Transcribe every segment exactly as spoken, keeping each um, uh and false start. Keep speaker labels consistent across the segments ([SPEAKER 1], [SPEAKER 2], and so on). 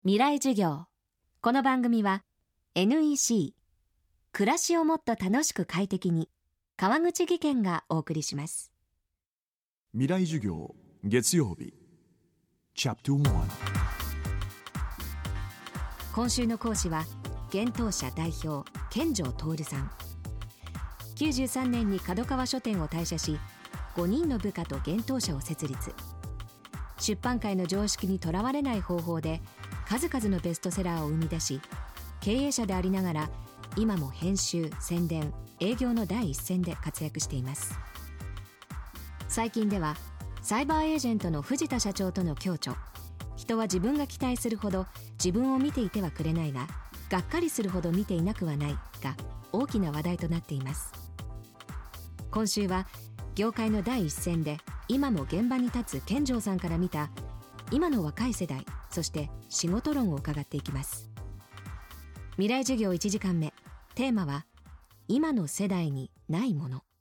[SPEAKER 1] 未来授業。この番組は エヌイーシー 暮らしをもっと楽しく快適に川口義賢がお送りします。
[SPEAKER 2] 未来授業月曜日チャプターワン。
[SPEAKER 1] 今週の講師は幻冬舎代表見城徹さん。きゅうじゅうさんねんに角川書店を退社し、ごにんの部下と幻冬舎を設立。出版界の常識にとらわれない方法で数々のベストセラーを生み出し、経営者でありながら今も編集、宣伝、営業の第一線で活躍しています。最近ではサイバーエージェントの藤田社長との共著、人は自分が期待するほど自分を見ていてはくれないが、がっかりするほど見ていなくはないが大きな話題となっています。今週は業界の第一線で今も現場に立つ見城さんから見た今の若い世代、そして仕事論を伺っていきます。未来授業いちじかんめ、テーマは今の世代にないもの。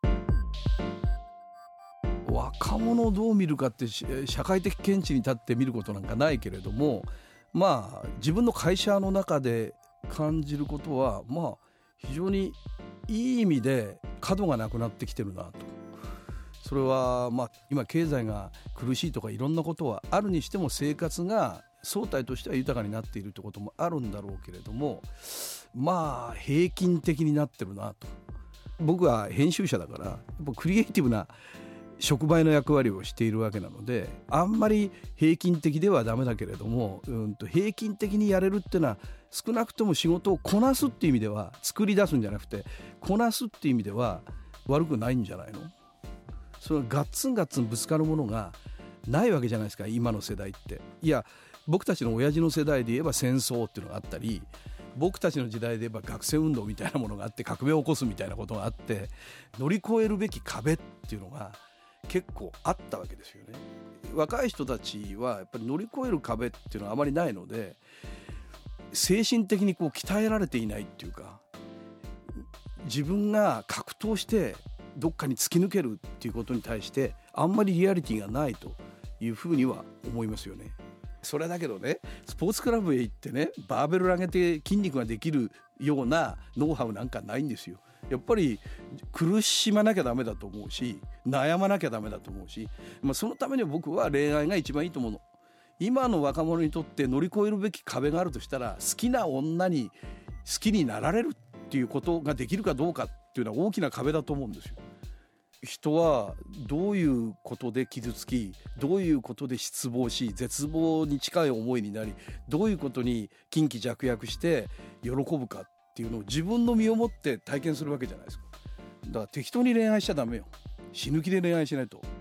[SPEAKER 3] 若者をどう見るかって社会的見地に立って見ることなんかないけれども、まあ自分の会社の中で感じることは、まあ非常にいい意味で角がなくなってきてるなと。それはまあ今経済が苦しいとかいろんなことはあるにしても、生活が相対としては豊かになっているということもあるんだろうけれども、まあ平均的になってるなと。僕は編集者だから、やっぱクリエイティブな触媒の役割をしているわけなので、あんまり平均的ではダメだけれども、うんと平均的にやれるっていうのは少なくとも仕事をこなすっていう意味では、作り出すんじゃなくてこなすっていう意味では悪くないんじゃないの。それはガッツンガッツンぶつかるものがないわけじゃないですか、今の世代って。いや、僕たちの親父の世代で言えば戦争っていうのがあったり、僕たちの時代で言えば学生運動みたいなものがあって、革命を起こすみたいなことがあって、乗り越えるべき壁っていうのが結構あったわけですよね。若い人たちはやっぱり乗り越える壁っていうのはあまりないので、精神的にこう鍛えられていないっていうか、自分が格闘してどっかに突き抜けるっていうことに対してあんまりリアリティがないというふうには思いますよね。それだけどね、スポーツクラブへ行ってね、バーベル上げて筋肉ができるようなノウハウなんかないんですよ。やっぱり苦しまなきゃダメだと思うし、悩まなきゃダメだと思うし、まあ、そのためには僕は恋愛が一番いいと思うの。今の若者にとって乗り越えるべき壁があるとしたら、好きな女に好きになられるっていうことができるかどうかっていうのは大きな壁だと思うんですよ。人はどういうことで傷つき、どういうことで失望し、絶望に近い思いになり、どういうことに近畿弱約して喜ぶかっていうのを自分の身をもって体験するわけじゃないですか。だから適当に恋愛しちゃダメよ。死ぬ気で恋愛しないと。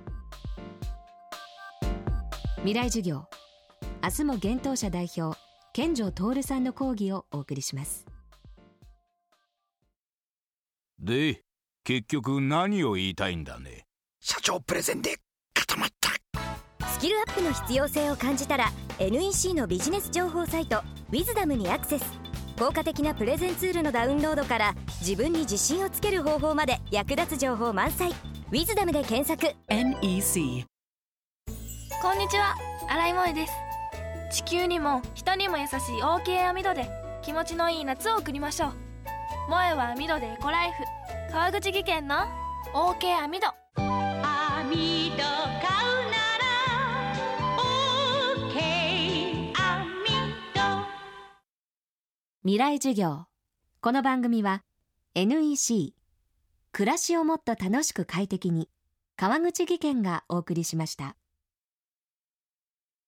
[SPEAKER 1] 未来授業、明日も幻冬舎代表見城徹さんの講義をお送りします。
[SPEAKER 4] で、結局何を言いたいんだね。
[SPEAKER 5] 社長プレゼンで固まった。
[SPEAKER 6] スキルアップの必要性を感じたら エヌイーシー のビジネス情報サイト ウィズダム にアクセス。効果的なプレゼンツールのダウンロードから自分に自信をつける方法まで役立つ情報満載。 ウィズダム で検索。
[SPEAKER 7] エヌイーシー。
[SPEAKER 8] こんにちは、新井萌です。地球にも人にも優しい オーケー 網戸で気持ちのいい夏を送りましょう。萌えは網戸でエコライフ。川口技研の オーケー 網戸。
[SPEAKER 9] 網戸買うなら オーケー 網戸。
[SPEAKER 1] 未来授業。この番組は エヌイーシー 暮らしをもっと楽しく快適に川口技研がお送りしました。